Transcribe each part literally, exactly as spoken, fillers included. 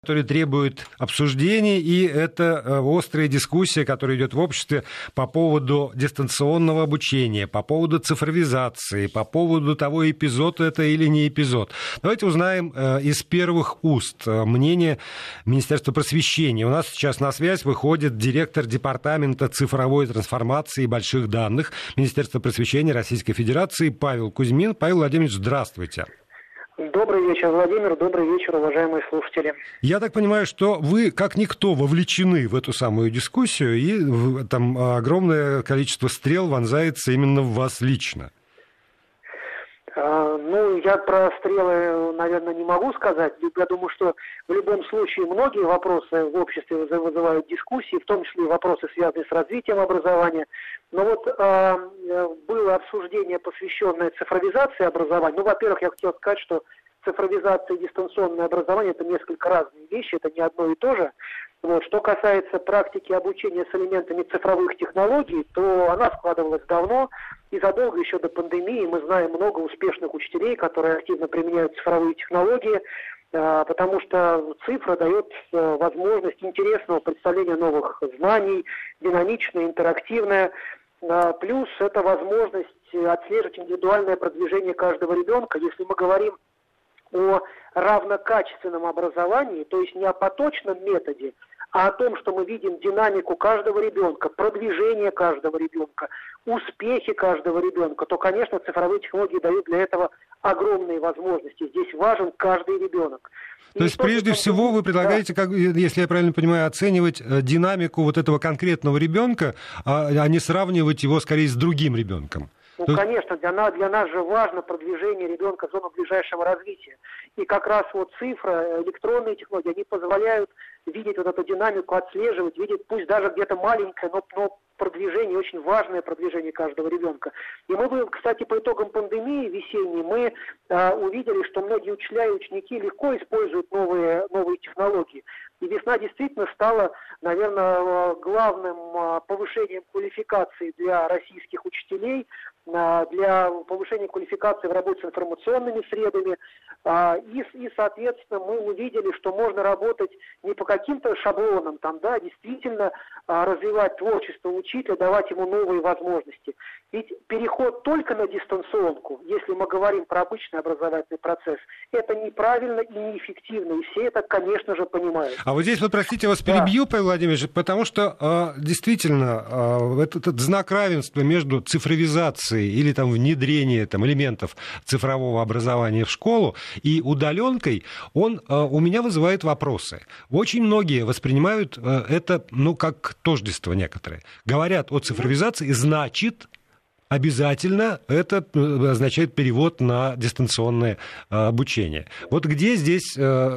который требует обсуждений, и это острая дискуссия, которая идет в обществе по поводу дистанционного обучения, по поводу цифровизации, по поводу того, эпизод это или не эпизод. Давайте узнаем из первых уст мнение Министерства просвещения. У нас сейчас на связь выходит директор Департамента цифровой трансформации и больших данных Министерства просвещения Российской Федерации Павел Кузьмин. Павел Владимирович, здравствуйте. Добрый вечер, Владимир. Добрый вечер, уважаемые слушатели. Я так понимаю, что вы, как никто, вовлечены в эту самую дискуссию, и там огромное количество стрел вонзается именно в вас лично. А, ну, я про стрелы, наверное, не могу сказать. Я думаю, что в любом случае многие вопросы в обществе вызывают дискуссии, в том числе и вопросы, связанные с развитием образования. Но вот а, было обсуждение, посвященное цифровизации образования. Ну, во-первых, я хотел сказать, что цифровизация и дистанционное образование – это несколько разные вещи, это не одно и то же. Вот. Что касается практики обучения с элементами цифровых технологий, то она складывалась давно, и задолго еще до пандемии. Мы знаем много успешных учителей, которые активно применяют цифровые технологии, потому что цифра дает возможность интересного представления новых знаний, динамичная, интерактивная. Плюс это возможность отслеживать индивидуальное продвижение каждого ребенка. Если мы говорим о равнокачественном образовании, то есть не о поточном методе, а о том, что мы видим динамику каждого ребенка, продвижение каждого ребенка, успехи каждого ребенка, то, конечно, цифровые технологии дают для этого огромные возможности. Здесь важен каждый ребенок. То И есть, прежде всего, вы предлагаете, да. как, если я правильно понимаю, оценивать динамику вот этого конкретного ребенка, а, а не сравнивать его, скорее, с другим ребенком? Ну, То... конечно, для нас, для нас же важно продвижение ребенка в зону ближайшего развития. И как раз вот цифра, электронные технологии, они позволяют видеть вот эту динамику, отслеживать, видеть, пусть даже где-то маленькое, но, но продвижение, очень важное продвижение каждого ребенка. И мы, кстати, по итогам пандемии весенней, мы а, увидели, что многие учителя и ученики легко используют новые, новые технологии. И весна действительно стала, наверное, главным повышением квалификации для российских учителей, для повышения квалификации в работе с информационными средами. И, и соответственно, мы увидели, что можно работать не по каким-то шаблонам, там, да, действительно развивать творчество учителя, давать ему новые возможности. Ведь переход только на дистанционку, если мы говорим про обычный образовательный процесс, это неправильно и неэффективно, и все это, конечно же, понимают. А вот здесь, вот, простите, я вас перебью, да. Павел Владимирович, потому что действительно этот, этот знак равенства между цифровизацией или там внедрением там, элементов цифрового образования в школу и удаленкой, он у меня вызывает вопросы. Очень многие воспринимают это, ну, как тождество некоторые. Говорят о цифровизации, значит, обязательно это означает перевод на дистанционное обучение. Вот где здесь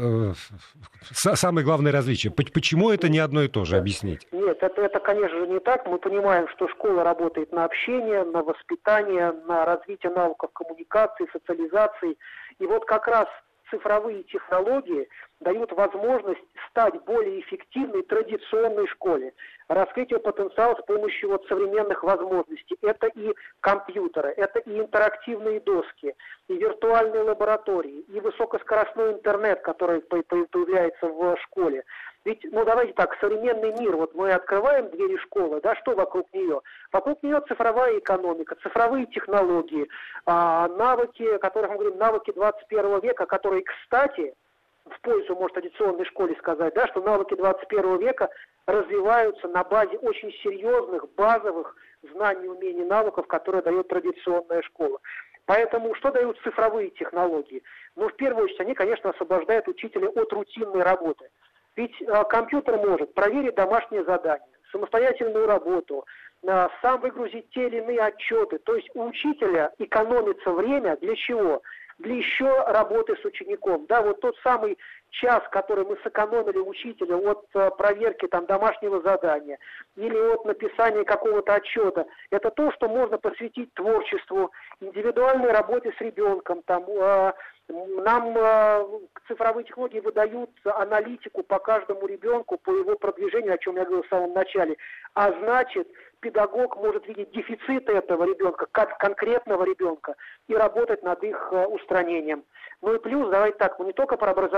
самое главное различие? Почему это не одно и то же? Объясните. Нет, это, это, конечно же, не так. Мы понимаем, что школа работает на общение, на воспитание, на развитие навыков коммуникации, социализации. И вот как раз цифровые технологии дают возможность стать более эффективной традиционной школе, раскрыть ее потенциал с помощью вот современных возможностей. Это и компьютеры, это и интерактивные доски, и виртуальные лаборатории, и высокоскоростной интернет, который появляется в школе. Ведь, ну давайте так, современный мир, вот мы открываем двери школы, да, что вокруг нее? Вокруг нее цифровая экономика, цифровые технологии, а, навыки, о которых мы говорим, навыки двадцать первого века, которые, кстати, в пользу, может, традиционной школе сказать, да, что навыки двадцать первого века развиваются на базе очень серьезных, базовых знаний, умений, навыков, которые дает традиционная школа. Поэтому что дают цифровые технологии? Ну, в первую очередь, они, конечно, освобождают учителя от рутинной работы. Ведь а, компьютер может проверить домашнее задание, самостоятельную работу, а, сам выгрузить те или иные отчеты. То есть у учителя экономится время для чего? Для еще работы с учеником. Да, вот тот самый час, который мы сэкономили учителя от а, проверки там, домашнего задания или от написания какого-то отчета, это то, что можно посвятить творчеству, индивидуальной работе с ребенком, там, а, нам э, цифровые технологии выдают аналитику по каждому ребенку, по его продвижению, о чем я говорил в самом начале. А значит, педагог может видеть дефициты этого ребенка, как конкретного ребенка, и работать над их э, устранением. Ну и плюс, давайте так, мы не только про образовательный процесс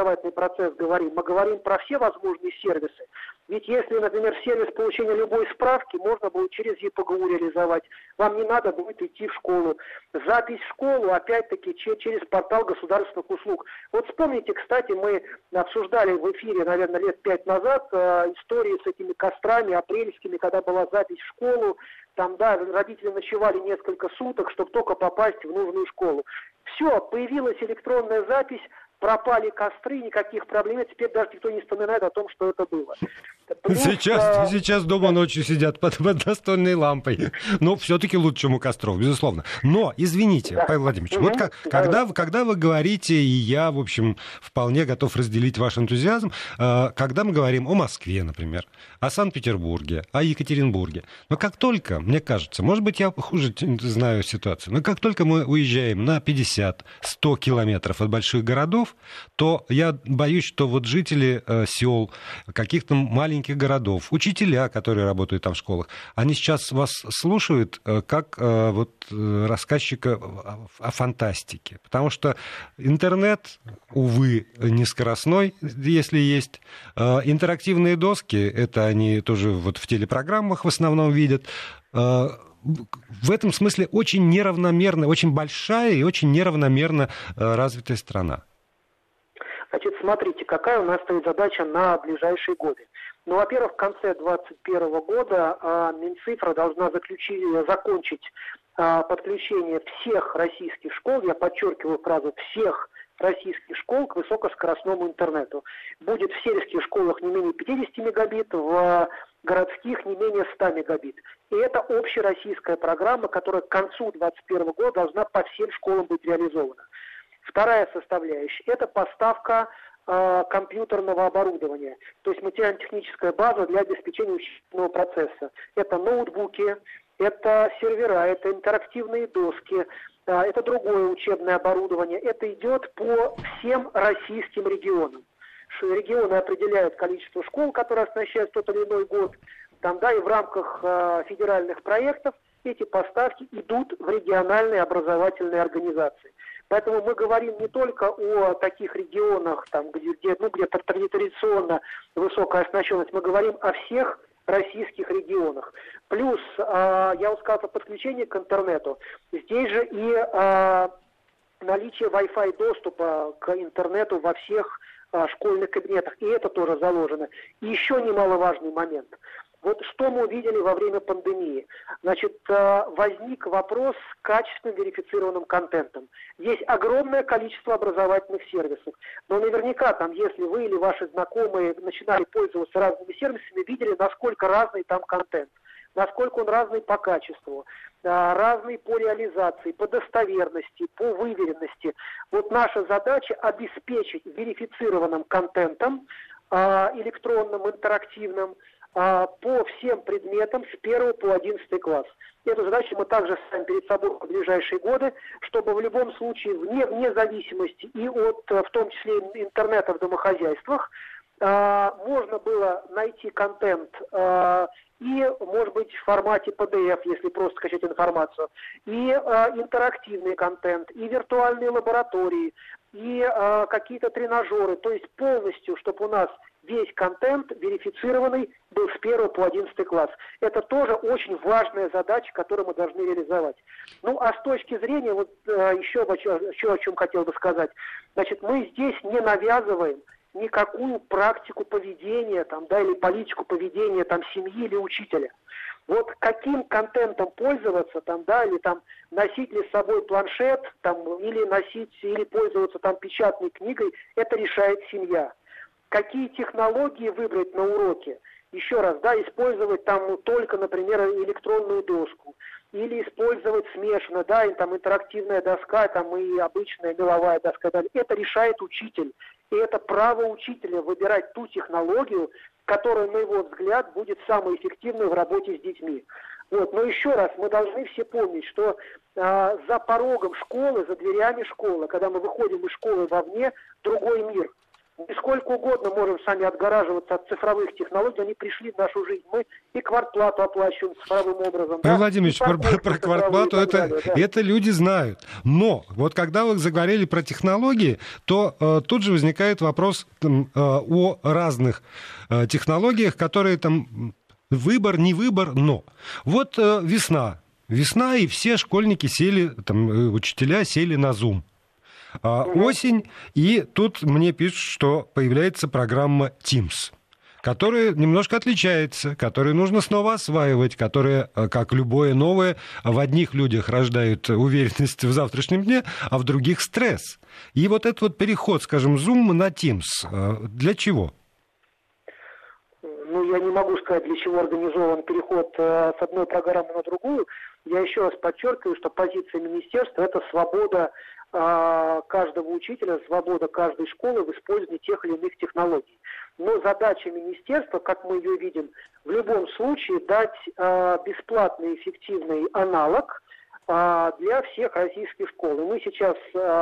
процесс говорим, мы говорим про все возможные сервисы. Ведь если, например, сервис получения любой справки можно будет через ЕПГУ реализовать, вам не надо будет идти в школу. Запись в школу, опять-таки, через портал государственных услуг. Вот вспомните, кстати, мы обсуждали в эфире, наверное, лет пять назад э, истории с этими кострами апрельскими, когда была запись в школу. Там, да, родители ночевали несколько суток, чтобы только попасть в нужную школу. Все, появилась электронная запись, пропали костры, никаких проблем. Теперь даже никто не вспоминает о том, что это было. Плюс, сейчас, а... сейчас дома ночью сидят под, под настольной лампой. Но все-таки лучше, чем у костров, безусловно. Но, извините, да. Павел Владимирович, угу. вот как, да, когда, да. когда вы говорите, и я, в общем, вполне готов разделить ваш энтузиазм, когда мы говорим о Москве, например, о Санкт-Петербурге, о Екатеринбурге. Но как только, мне кажется, может быть, я хуже знаю ситуацию, но как только мы уезжаем на пятьдесят-сто километров от больших городов, то я боюсь, что вот жители э, сел, каких-то маленьких городов, учителя, которые работают там в школах, они сейчас вас слушают э, как э, вот, э, рассказчика о, о фантастике. Потому что интернет, увы, не скоростной, если есть. Э, интерактивные доски, это они тоже вот в телепрограммах в основном видят. Э, в этом смысле очень неравномерно, очень большая и очень неравномерно э, развитая страна. Значит, смотрите, какая у нас стоит задача на ближайшие годы. Ну, во-первых, в конце две тысячи двадцать первого года а, Минцифра должна заключить, закончить а, подключение всех российских школ, я подчеркиваю фразу «всех российских школ» к высокоскоростному интернету. Будет в сельских школах не менее пятьдесят мегабит, в городских не менее ста мегабит. И это общероссийская программа, которая к концу две тысячи двадцать первого года должна по всем школам быть реализована. Вторая составляющая – это поставка э, компьютерного оборудования, то есть материально-техническая база для обеспечения учебного процесса. Это ноутбуки, это сервера, это интерактивные доски, э, это другое учебное оборудование. Это идет по всем российским регионам. Регионы определяют количество школ, которые оснащают тот или иной год, там, да, и в рамках э, федеральных проектов эти поставки идут в региональные образовательные организации. Поэтому мы говорим не только о таких регионах, там, где, где, ну, где традиционно высокая оснащенность, мы говорим о всех российских регионах. Плюс, э, я уже сказал, подключение к интернету. Здесь же и э, наличие Wi-Fi доступа к интернету во всех э, школьных кабинетах. И это тоже заложено. И еще немаловажный момент. Вот что мы увидели во время пандемии. Значит, возник вопрос с качественным верифицированным контентом. Есть огромное количество образовательных сервисов. Но наверняка там, если вы или ваши знакомые начинали пользоваться разными сервисами, видели, насколько разный там контент. Насколько он разный по качеству, разный по реализации, по достоверности, по выверенности. Вот наша задача обеспечить верифицированным контентом, электронным, интерактивным, по всем предметам с первого по одиннадцатый класс. Эту задачу мы также ставим перед собой в ближайшие годы, чтобы в любом случае, вне, вне зависимости и от, в том числе, интернета в домохозяйствах, можно было найти контент и, может быть, в формате пи ди эф, если просто скачать информацию, и интерактивный контент, и виртуальные лаборатории, и какие-то тренажеры, то есть полностью, чтобы у нас весь контент верифицированный был с первого по одиннадцатый класс. Это тоже очень важная задача, которую мы должны реализовать. Ну, а с точки зрения, вот еще, еще о чем хотел бы сказать, значит, мы здесь не навязываем никакую практику поведения, там, да, или политику поведения там, семьи или учителя. Вот каким контентом пользоваться, там, да, или там носить ли с собой планшет, там, или носить, или пользоваться там печатной книгой, это решает семья. Какие технологии выбрать на уроке? Еще раз, да, использовать там ну, только, например, электронную доску, или использовать смешанно, да, и там интерактивная доска, там и обычная меловая доска. Это решает учитель. И это право учителя выбирать ту технологию, которая, на его взгляд, будет самой эффективной в работе с детьми. Вот. Но еще раз, мы должны все помнить, что э, за порогом школы, за дверями школы, когда мы выходим из школы вовне, другой мир. И сколько угодно можем сами отгораживаться от цифровых технологий, они пришли в нашу жизнь. Мы и квартплату оплачиваем цифровым образом. Павел да? Владимирович, про, про квартплату это, далее, да. это люди знают. Но вот когда вы заговорили про технологии, то э, тут же возникает вопрос там, э, о разных э, технологиях, которые там выбор, не выбор, но. Вот э, весна. Весна, и все школьники сели, там, учителя сели на Zoom. А, угу. Осень, и тут мне пишут, что появляется программа Teams, которая немножко отличается, которую нужно снова осваивать, которая, как любое новое, в одних людях рождает уверенность в завтрашнем дне, а в других стресс. И вот этот вот переход, скажем, Zoom на Teams, для чего? Ну, я не могу сказать, для чего организован переход с одной программы на другую. Я еще раз подчеркиваю, что позиция министерства – это свобода каждого учителя, свобода каждой школы в использовании тех или иных технологий. Но задача министерства, как мы ее видим, в любом случае дать бесплатный эффективный аналог для всех российских школ. И мы сейчас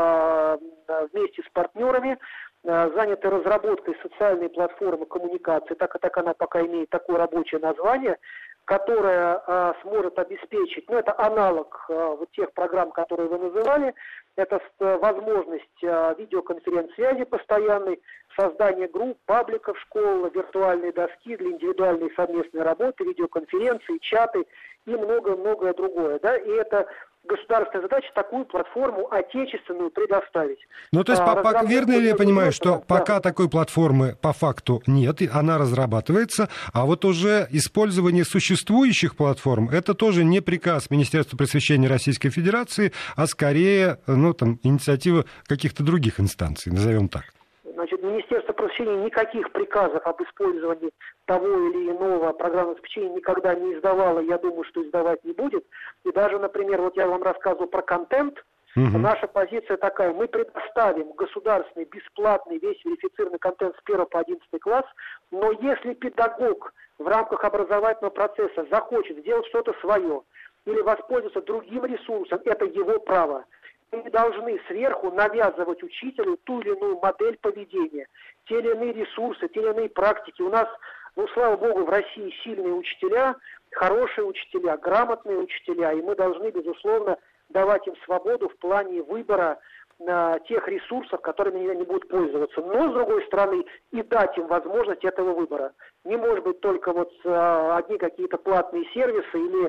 вместе с партнерами заняты разработкой социальной платформы коммуникации, так, так она пока имеет такое рабочее название, которая а, сможет обеспечить, ну, это аналог а, вот тех программ, которые вы называли, это а, возможность а, видеоконференц-связи постоянной, создание групп, пабликов школ, виртуальные доски для индивидуальной совместной работы, видеоконференции, чаты и многое-многое другое. Да? И это государственная задача такую платформу отечественную предоставить. Ну, то есть, а, по, верно ли я понимаю, что да. пока такой платформы по факту нет, и она разрабатывается, а вот уже использование существующих платформ, это тоже не приказ Министерства просвещения Российской Федерации, а скорее, ну, там, инициатива каких-то других инстанций, назовем так. Значит, Министерство просвещения никаких приказов об использовании того или иного программного обеспечения никогда не издавало, я думаю, что издавать не будет. И даже, например, вот я вам рассказывал про контент, угу. Наша позиция такая, мы предоставим государственный, бесплатный, весь верифицированный контент с первого по одиннадцатый класс, но если педагог в рамках образовательного процесса захочет сделать что-то свое или воспользоваться другим ресурсом, это его право. Мы не должны сверху навязывать учителю ту или иную модель поведения, те или иные ресурсы, те или иные практики. У нас, ну, слава богу, в России сильные учителя, хорошие учителя, грамотные учителя, и мы должны, безусловно, давать им свободу в плане выбора э, тех ресурсов, которыми они будут пользоваться. Но, с другой стороны, и дать им возможность этого выбора. Не может быть только вот э, одни какие-то платные сервисы или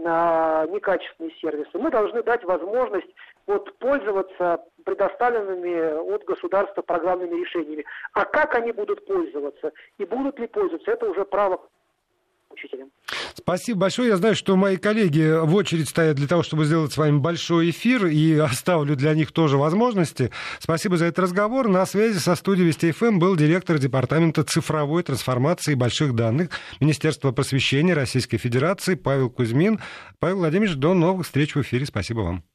э, некачественные сервисы. Мы должны дать возможность вот, пользоваться предоставленными от государства программными решениями. А как они будут пользоваться и будут ли пользоваться, это уже право учителям. Спасибо большое. Я знаю, что мои коллеги в очередь стоят для того, чтобы сделать с вами большой эфир, и оставлю для них тоже возможности. Спасибо за этот разговор. На связи со студией Вести эф эм был директор департамента цифровой трансформации больших данных Министерства просвещения Российской Федерации Павел Кузьмин. Павел Владимирович, до новых встреч в эфире. Спасибо вам.